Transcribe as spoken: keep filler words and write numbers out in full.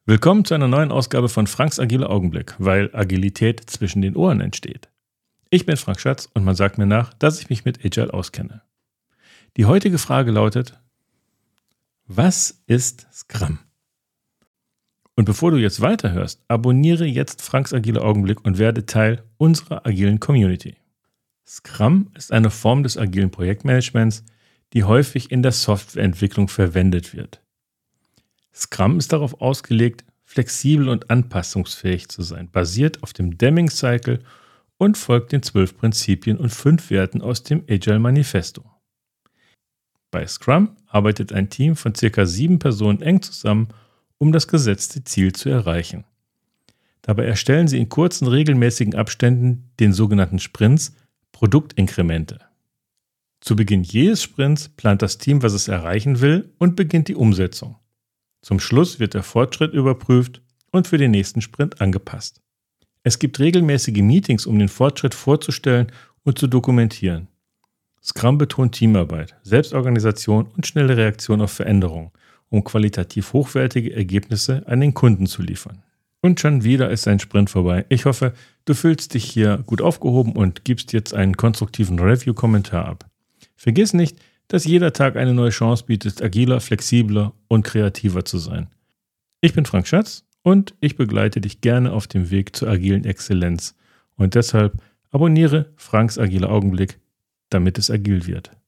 Willkommen zu einer neuen Ausgabe von Franks Agiler Augenblick, weil Agilität zwischen den Ohren entsteht. Ich bin Frank Schatz und man sagt mir nach, dass ich mich mit Agile auskenne. Die heutige Frage lautet: Was ist Scrum? Und bevor du jetzt weiterhörst, abonniere jetzt Franks Agiler Augenblick und werde Teil unserer agilen Community. Scrum ist eine Form des agilen Projektmanagements, die häufig in der Softwareentwicklung verwendet wird. Scrum ist darauf ausgelegt, flexibel und anpassungsfähig zu sein, basiert auf dem Deming-Cycle und folgt den zwölf Prinzipien und fünf Werten aus dem Agile Manifesto. Bei Scrum arbeitet ein Team von ca. sieben Personen eng zusammen, um das gesetzte Ziel zu erreichen. Dabei erstellen sie in kurzen, regelmäßigen Abständen, den sogenannten Sprints, Produktinkremente. Zu Beginn jedes Sprints plant das Team, was es erreichen will, und beginnt die Umsetzung. Zum Schluss wird der Fortschritt überprüft und für den nächsten Sprint angepasst. Es gibt regelmäßige Meetings, um den Fortschritt vorzustellen und zu dokumentieren. Scrum betont Teamarbeit, Selbstorganisation und schnelle Reaktion auf Veränderungen, um qualitativ hochwertige Ergebnisse an den Kunden zu liefern. Und schon wieder ist ein Sprint vorbei. Ich hoffe, du fühlst dich hier gut aufgehoben und gibst jetzt einen konstruktiven Review-Kommentar ab. Vergiss nicht, dass jeder Tag eine neue Chance bietet, agiler, flexibler und kreativer zu sein. Ich bin Frank Schatz und ich begleite dich gerne auf dem Weg zur agilen Exzellenz. Und deshalb abonniere Franks Agiler Augenblick, damit es agil wird.